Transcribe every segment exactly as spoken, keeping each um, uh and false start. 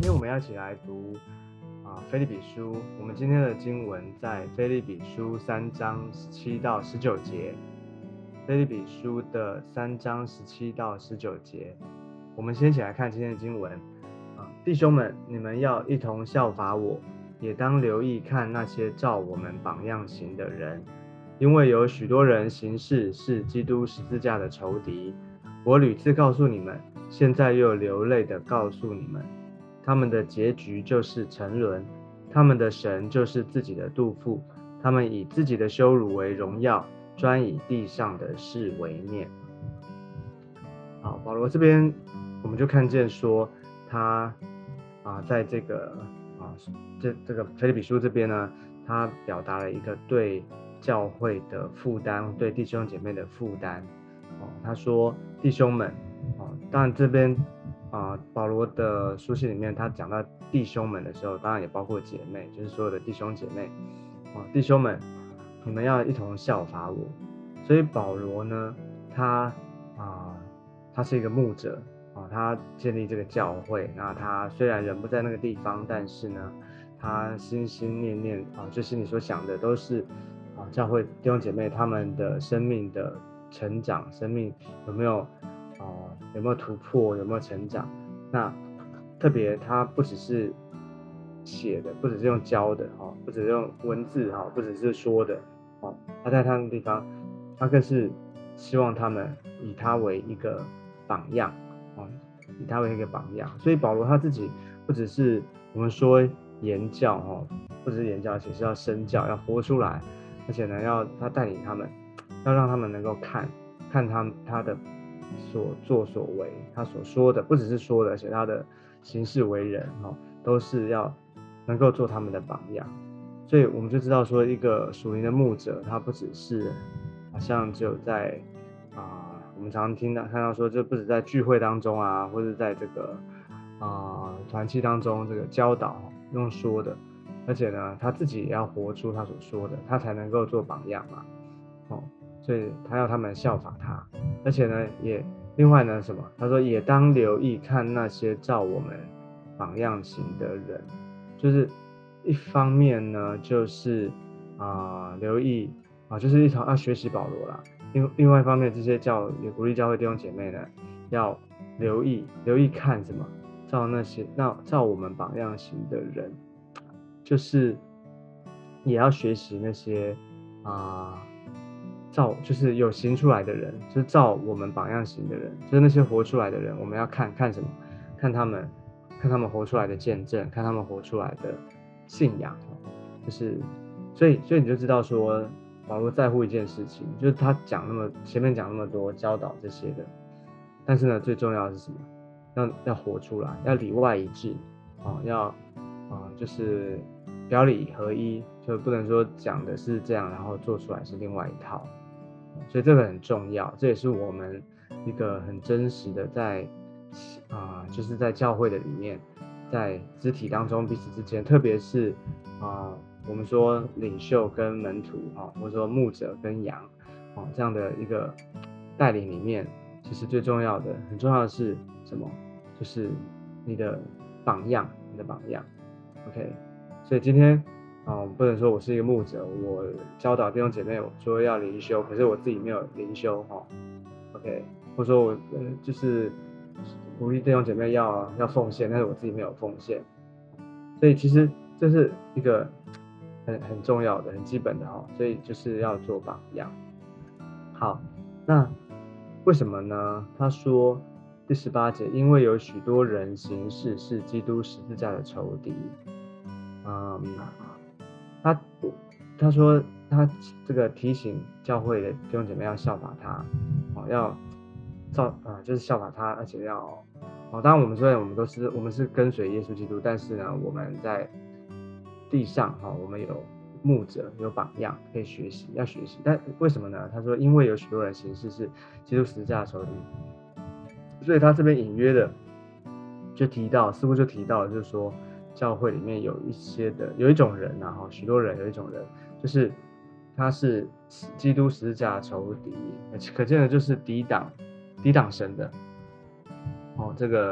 天我们要一起来读啊腓立比书，我们今天的经文在腓立比书三章十七到十九节。腓立比书的三章十七到十九节，我们先一起来看今天的经文啊，弟兄们，你们要一同效法我，也当留意看那些照我们榜样行的人，因为有许多人行事是基督十字架的仇敌。我屡次告诉你们，现在又流泪的告诉你们，他们的结局就是沉沦，他们的神就是自己的肚腹，他们以自己的羞辱为荣耀，专以地上的事为念。好，保罗这边我们就看见说，他啊，在这个啊这这个腓立比书这边呢，他表达了一个对教会的负担，对弟兄姐妹的负担。哦，他说弟兄们，哦，当然这边啊，保罗的书信里面，他讲到弟兄们的时候，当然也包括姐妹，就是所有的弟兄姐妹。哦，弟兄们，你们要一同效法我。所以保罗呢，他啊，他是一个牧者啊，他建立这个教会。那他虽然人不在那个地方，但是呢，他心心念念啊，就心里所想的都是啊，教会弟兄姐妹他们的生命的成长，生命有没有啊，有没有突破，有没有成长？那特别他不只是写的，不只是用教的，哦，不只是用文字，哦，不只是说的，哦，他在他们的地方，他更是希望他们以他为一个榜样，哦，以他为一个榜样。所以保罗他自己不只是我们说言教，哦，不只是言教，而且是要身教，要活出来，而且呢，要他带领他们，要让他们能够看看他他的所作所为，他所说的不只是说的，而且他的行事为人，哦，都是要能够做他们的榜样。所以我们就知道说，一个属灵的牧者，他不只是好像只有在啊、呃，我们常常听到看到说，就不止在聚会当中啊，或者在这个啊团契当中这个教导用说的，而且呢，他自己也要活出他所说的，他才能够做榜样嘛。哦，所以他要他们效法他，而且呢，也另外呢什么？他说也当留意看那些照我们榜样行的人，就是一方面呢，就是啊、呃、留意啊，就是一场要学习保罗啦。另另外一方面，这些教也鼓励教会弟兄姐妹呢，要留意留意看什么？照那些那照我们榜样行的人，就是也要学习那些啊。呃照就是有行出来的人，就是照我们榜样行的人，就是那些活出来的人，我们要看看什么？看他们，看他们活出来的见证，看他们活出来的信仰，就是所以所以你就知道说，保罗在乎一件事情，就是他讲那么前面讲那么多教导这些的，但是呢，最重要的是什么？要要活出来，要里外一致啊、哦，要啊、呃、就是表里合一，就不能说讲的是这样，然后做出来是另外一套。所以这个很重要，这也是我们一个很真实的在啊、呃，就是在教会的里面，在肢体当中彼此之间，特别是啊、呃，我们说领袖跟门徒啊，或者说牧者跟羊啊这样的一个带领里面，其实最重要的、很重要的是什么？就是你的榜样，你的榜样。OK， 所以今天。哦，不能说我是一个牧者，我教导弟兄姐妹说要灵修，可是我自己没有灵修哈、哦。OK， 或者说我呃就是鼓励弟兄姐妹要要奉献，但是我自己没有奉献，所以其实这是一个很很重要的、很基本的哈、哦，所以就是要做榜样。好，那为什么呢？他说第十八节，因为有许多人行事是基督十字架的仇敌，嗯。他他说他这个提醒教会的弟兄姐妹要效法他，哦，要照啊、呃，就是效法他，而且要哦，当然我们虽然我们都是我们是跟随耶稣基督，但是呢，我们在地上哈、哦，我们有牧者有榜样可以学习，要学习。但为什么呢？他说因为有许多人行事是基督十字架的仇敌，所以他这边隐约的就提到，似乎就提到就是说。教会里面有一些的有一种人啊，许多人有一种人，就是他是基督十字架的仇敌，可见的就是抵挡抵挡神的。哦，这个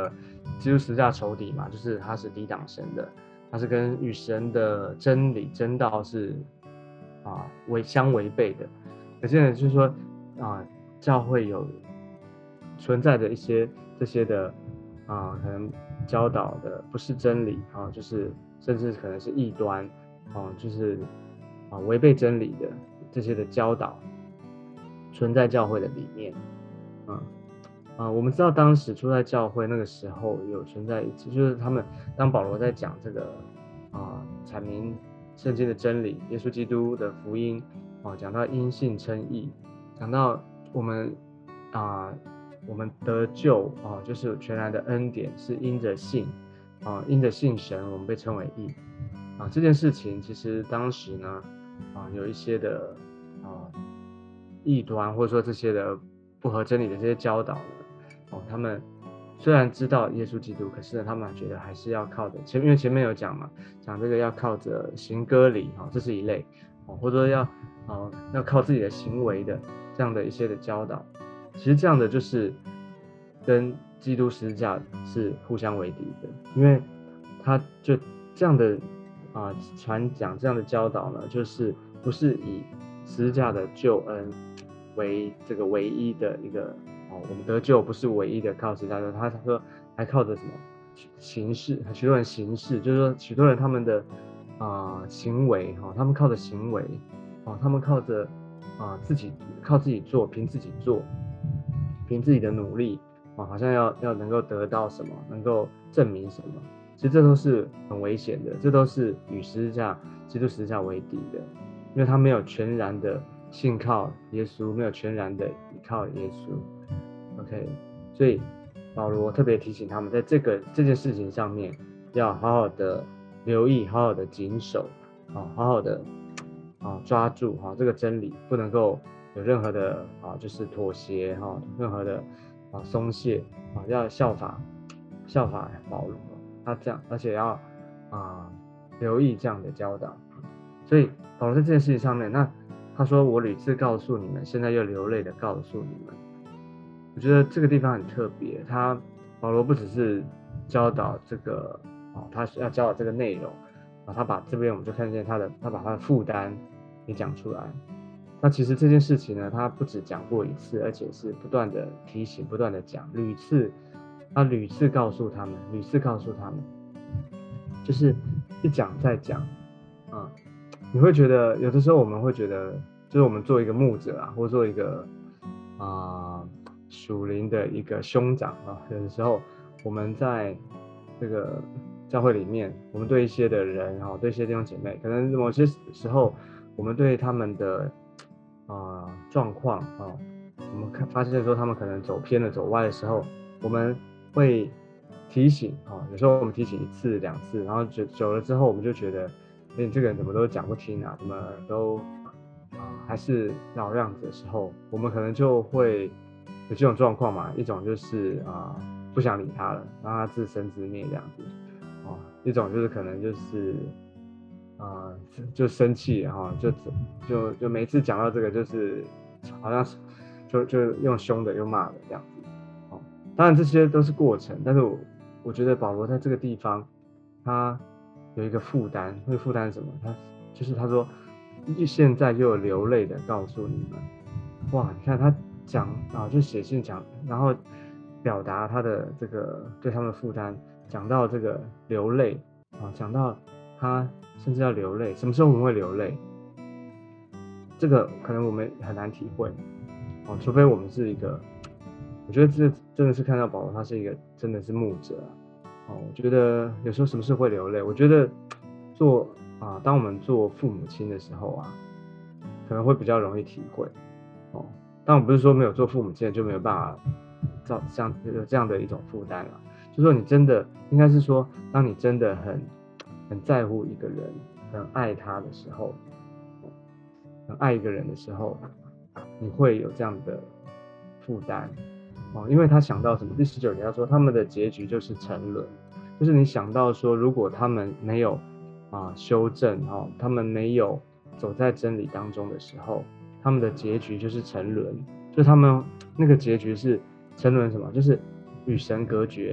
基督十字架仇敌嘛，就是他是抵挡神的，他是跟与神的真理真道是啊违相违背的。可是呢，就是说啊，教会有存在着一些这些的啊，可能教导的不是真理啊，就是甚至可能是异端啊，就是啊违背真理的这些的教导存在教会的里面，嗯。啊，我们知道当时初代教会那个时候有存在一次，就是他们当保罗在讲这个啊阐明圣经的真理，耶稣基督的福音，啊讲到因信称义，讲到我们啊我们得救啊就是全然的恩典是因着信啊因着信神我们被称为义啊这件事情其实当时呢啊有一些的啊异端或者说这些的不合真理的这些教导呢。哦，他们虽然知道耶稣基督，可是呢，他们觉得还是要靠着前，因为前面有讲嘛，讲这个要靠着行割礼，哈、哦，这是一类，哦，或者说要，哦，要靠自己的行为的这样的一些的教导，其实这样的就是跟基督十字架是互相为敌的，因为他就这样的啊传讲这样的教导呢，就是不是以十字架的救恩为这个唯一的一个。哦，我们得救不是唯一的靠十字架，他说还靠着什么形式？许多人形式，就是说许多人他们的啊、呃、行为哈、哦，他们靠着行为哦，他们靠着啊、呃、自己靠自己做，凭自己做，凭自己的努力啊、哦，好像要要能够得到什么，能够证明什么，其实这都是很危险的，这都是与十字架、基督十字架为敌的，因为他没有全然的信靠耶稣，没有全然的依靠耶稣。OK， 所以保罗特别提醒他们，在这个这件事情上面，要好好的留意，好好的谨守，啊，好好的啊抓住哈这个真理，不能够有任何的啊就是妥协哈，任何的啊松懈啊，要效法效法保罗，他这样，而且要啊留意这样的教导。所以保罗在这件事情上面，那他说我屡次告诉你们，现在又流泪的告诉你们。我觉得这个地方很特别，他保罗不只是教导这个，哦，他要教导这个内容，啊，他把这边我们就看见他的，他把他的负担给讲出来。那其实这件事情呢，他不止讲过一次，而且是不断的提醒，不断的讲，屡次，他屡次告诉他们，屡次告诉他们，就是一讲再讲，啊，你会觉得有的时候我们会觉得，就是我们做一个牧者啊，或做一个啊。呃属灵的一个兄长啊，有的时候我们在这个教会里面，我们对一些的人哈，对一些弟兄姐妹，可能某些时候我们对他们的啊状况啊，我们看发现说他们可能走偏了、走歪的时候，我们会提醒啊，有时候我们提醒一次、两次，然后久久了之后，我们就觉得，哎，这个人怎么都讲不听啊，怎么都啊还是老样子的时候，我们可能就会。有这种状况嘛，一种就是啊、呃、不想理他了，让他自生自灭这样子，哦，一种就是可能就是啊、呃、就生气哈、哦，就就就每次讲到这个就是好像是就就用凶的又骂的这样子，哦，当然这些都是过程，但是我我觉得保罗在这个地方他有一个负担，那个负担是什么？他就是他说现在就有流泪的告诉你们，哇，你看他。讲啊，就写信讲，然后表达他的这个对他们的负担，讲到这个流泪啊，讲到他甚至要流泪，什么时候我们会流泪？这个可能我们很难体会哦，除非我们是一个，我觉得这真的是看到保罗他是一个真的是牧者哦，我觉得有时候什么事会流泪？我觉得做啊，当我们做父母亲的时候啊，可能会比较容易体会哦。但我不是说没有做父母亲就没有办法造像有这样的一种负担了，就说你真的应该是说，当你真的很很在乎一个人，很爱他的时候，很爱一个人的时候，你会有这样的负担哦，因为他想到什么？第十九节他说他们的结局就是沉沦，就是你想到说，如果他们没有啊修正哦，他们没有走在真理当中的时候。他们的结局就是沉沦，就他们那个结局是沉沦什么？就是与神隔绝，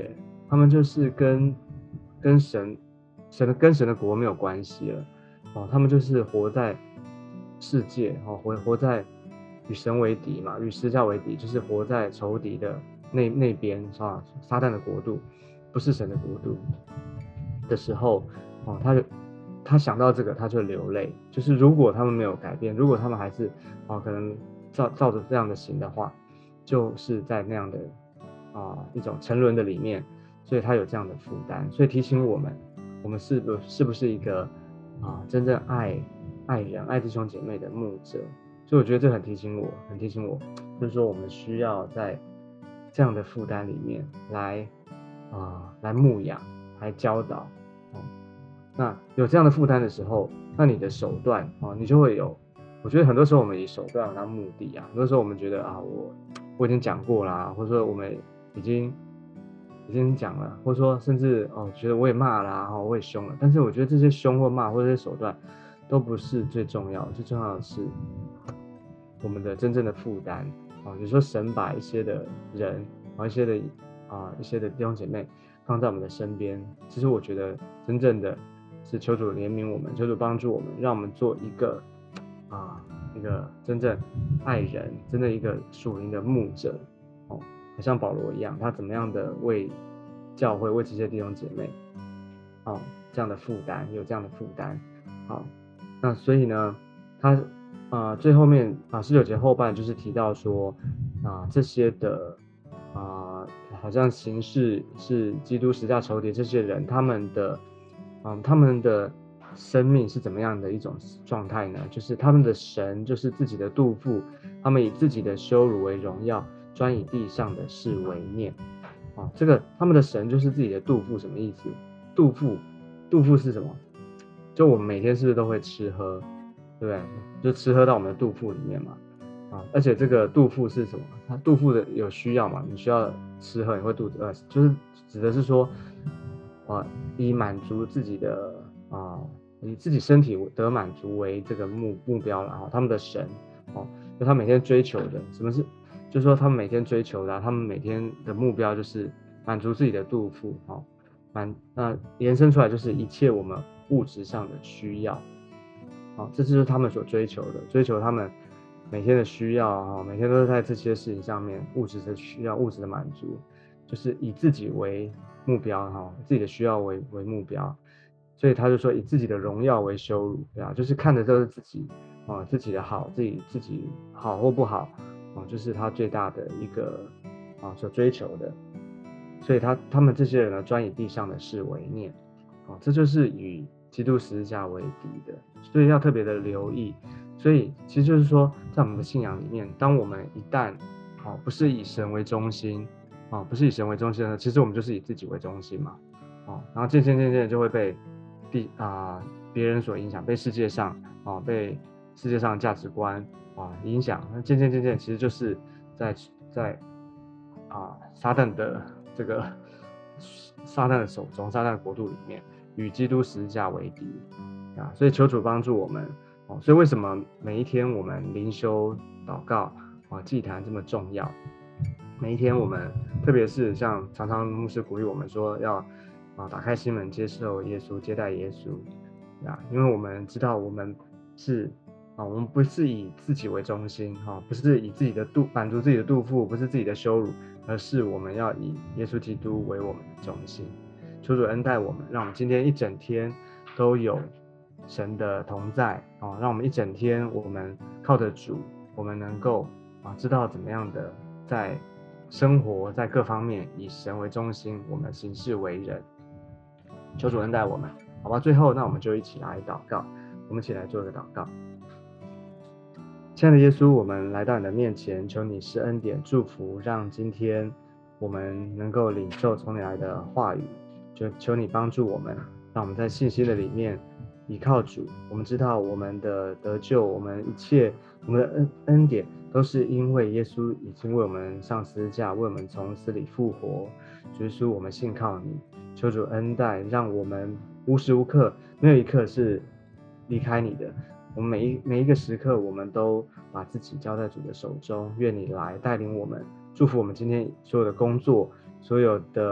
他们就是跟跟神神的跟神的国没有关系了哦，他们就是活在世界哦，活活在与神为敌嘛，与十字架为敌，就是活在仇敌的那那边啊，撒旦的国度，不是神的国度的时候哦，他就他想到这个他就流泪，就是如果他们没有改变，如果他们还是哦可能照照着这样的行的话，就是在那样的啊一种沉沦的里面，所以他有这样的负担，所以提醒我们，我们是不是不是一个啊真正爱爱人爱弟兄姐妹的牧者？所以我觉得这很提醒我，很提醒我，就是说我们需要在这样的负担里面来啊来牧养，来教导。哦，那有这样的负担的时候，那你的手段哦，你就会有。我觉得很多时候我们以手段当目的啊，很多时候我们觉得啊，我我已经讲过啦，或者说我们已经已经讲了，或者说甚至哦，觉得我也骂啦，哦，我也凶了。但是我觉得这些凶或骂或者这些手段都不是最重要的，最重要的是我们的真正的负担啊。比如说神把一些的人啊，一些的啊，一些的弟兄姐妹放在我们的身边，其实我觉得真正的是求主怜悯我们，求主帮助我们，让我们做一个啊一个真正爱人，真的一个属灵的牧者哦，好像保罗一样，他怎么样的为教会为这些弟兄姐妹哦这样的负担，有这样的负担。好，那所以呢，他啊、呃、最后面啊十九节后半就是提到说啊、这些的啊、好像形式是基督十字架仇敌这些人，他们的嗯他们的生命是怎么样的一种状态呢？就是他们的神就是自己的肚腹，他们以自己的羞辱为荣耀，专以地上的事为念。哦，这个他们的神就是自己的肚腹，什么意思？肚腹，肚腹是什么？就我们每天是不是都会吃喝，对不对？就吃喝到我们的肚腹里面嘛。啊，而且这个肚腹是什么？它肚腹的有需要嘛？你需要吃喝，你会肚子饿，就是指的是说，啊，以满足自己的啊，以自己身体得满足为这个目目标了哈。他们的神哦，就他每天追求的，什么是？就是说他们每天追求的、啊，他们每天的目标就是满足自己的肚腹，哦，满那延伸出来就是一切我们物质上的需要，哦，这就是他们所追求的，追求他们每天的需要啊，每天都是在这些事情上面，物质的需要，物质的满足，就是以自己为目标哈，自己的需要为为目标，所以他就说以自己的荣耀为羞辱，对啊，就是看的都是自己啊，自己的好，自己自己好或不好啊，就是他最大的一个啊所追求的，所以他他们这些人呢，专以地上的事为念，啊，这就是与基督十字架为敌的，所以要特别的留意。所以其实就是说，在我们的信仰里面，当我们一旦哦不是以神为中心，哦不是以神为中心呢，其实我们就是以自己为中心嘛，哦，然后渐渐渐渐就会被地啊别人所影响，被世界上哦被世界上的价值观啊影响，那渐渐渐渐其实就是在在啊撒旦的这个撒旦的手中，撒旦的国度里面，与基督十字架为敌啊，所以求主帮助我们。哦，所以为什么每一天我们灵修、祷告啊、祭坛这么重要？每一天我们，特别是像常常牧师鼓励我们说要啊打开心门接受耶稣、接待耶稣啊，因为我们知道我们是啊，我们不是以自己为中心哈、啊，不是以自己的肚满足自己的肚腹，不是自己的羞辱，而是我们要以耶稣基督为我们的中心。求主恩待我们，让我们今天一整天都有神的同在啊，让我们一整天我们靠着主，我们能够啊知道怎么样的在生活在各方面以神为中心，我们行事为人。求主恩待我们，好吧？最后那我们就一起来祷告，我们一起来做一个祷告。亲爱的耶稣，我们来到你的面前，求你施恩典祝福，让今天我们能够领受从你来的话语，就求你帮助我们，让我们在信心的里面依靠主。我们知道我们的得救，我们一切我们的恩恩典都是因为耶稣已经为我们上十字架，为我们从死里复活。主耶稣，我们信靠你，求主恩待，让我们无时无刻没有一刻是离开你的。我们每一每一个时刻，我们都把自己交在主的手中。愿你来带领我们，祝福我们今天所有的工作，所有的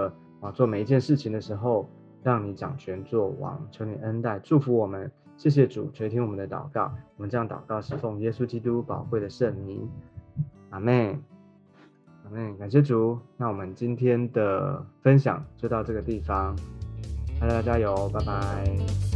啊，做每一件事情的时候，让你掌权作王，求你恩待祝福我们。谢谢主垂听我们的祷告，我们这样祷告是奉耶稣基督宝贵的圣名，阿们。阿们，感谢主。那我们今天的分享就到这个地方，大家加油，拜拜。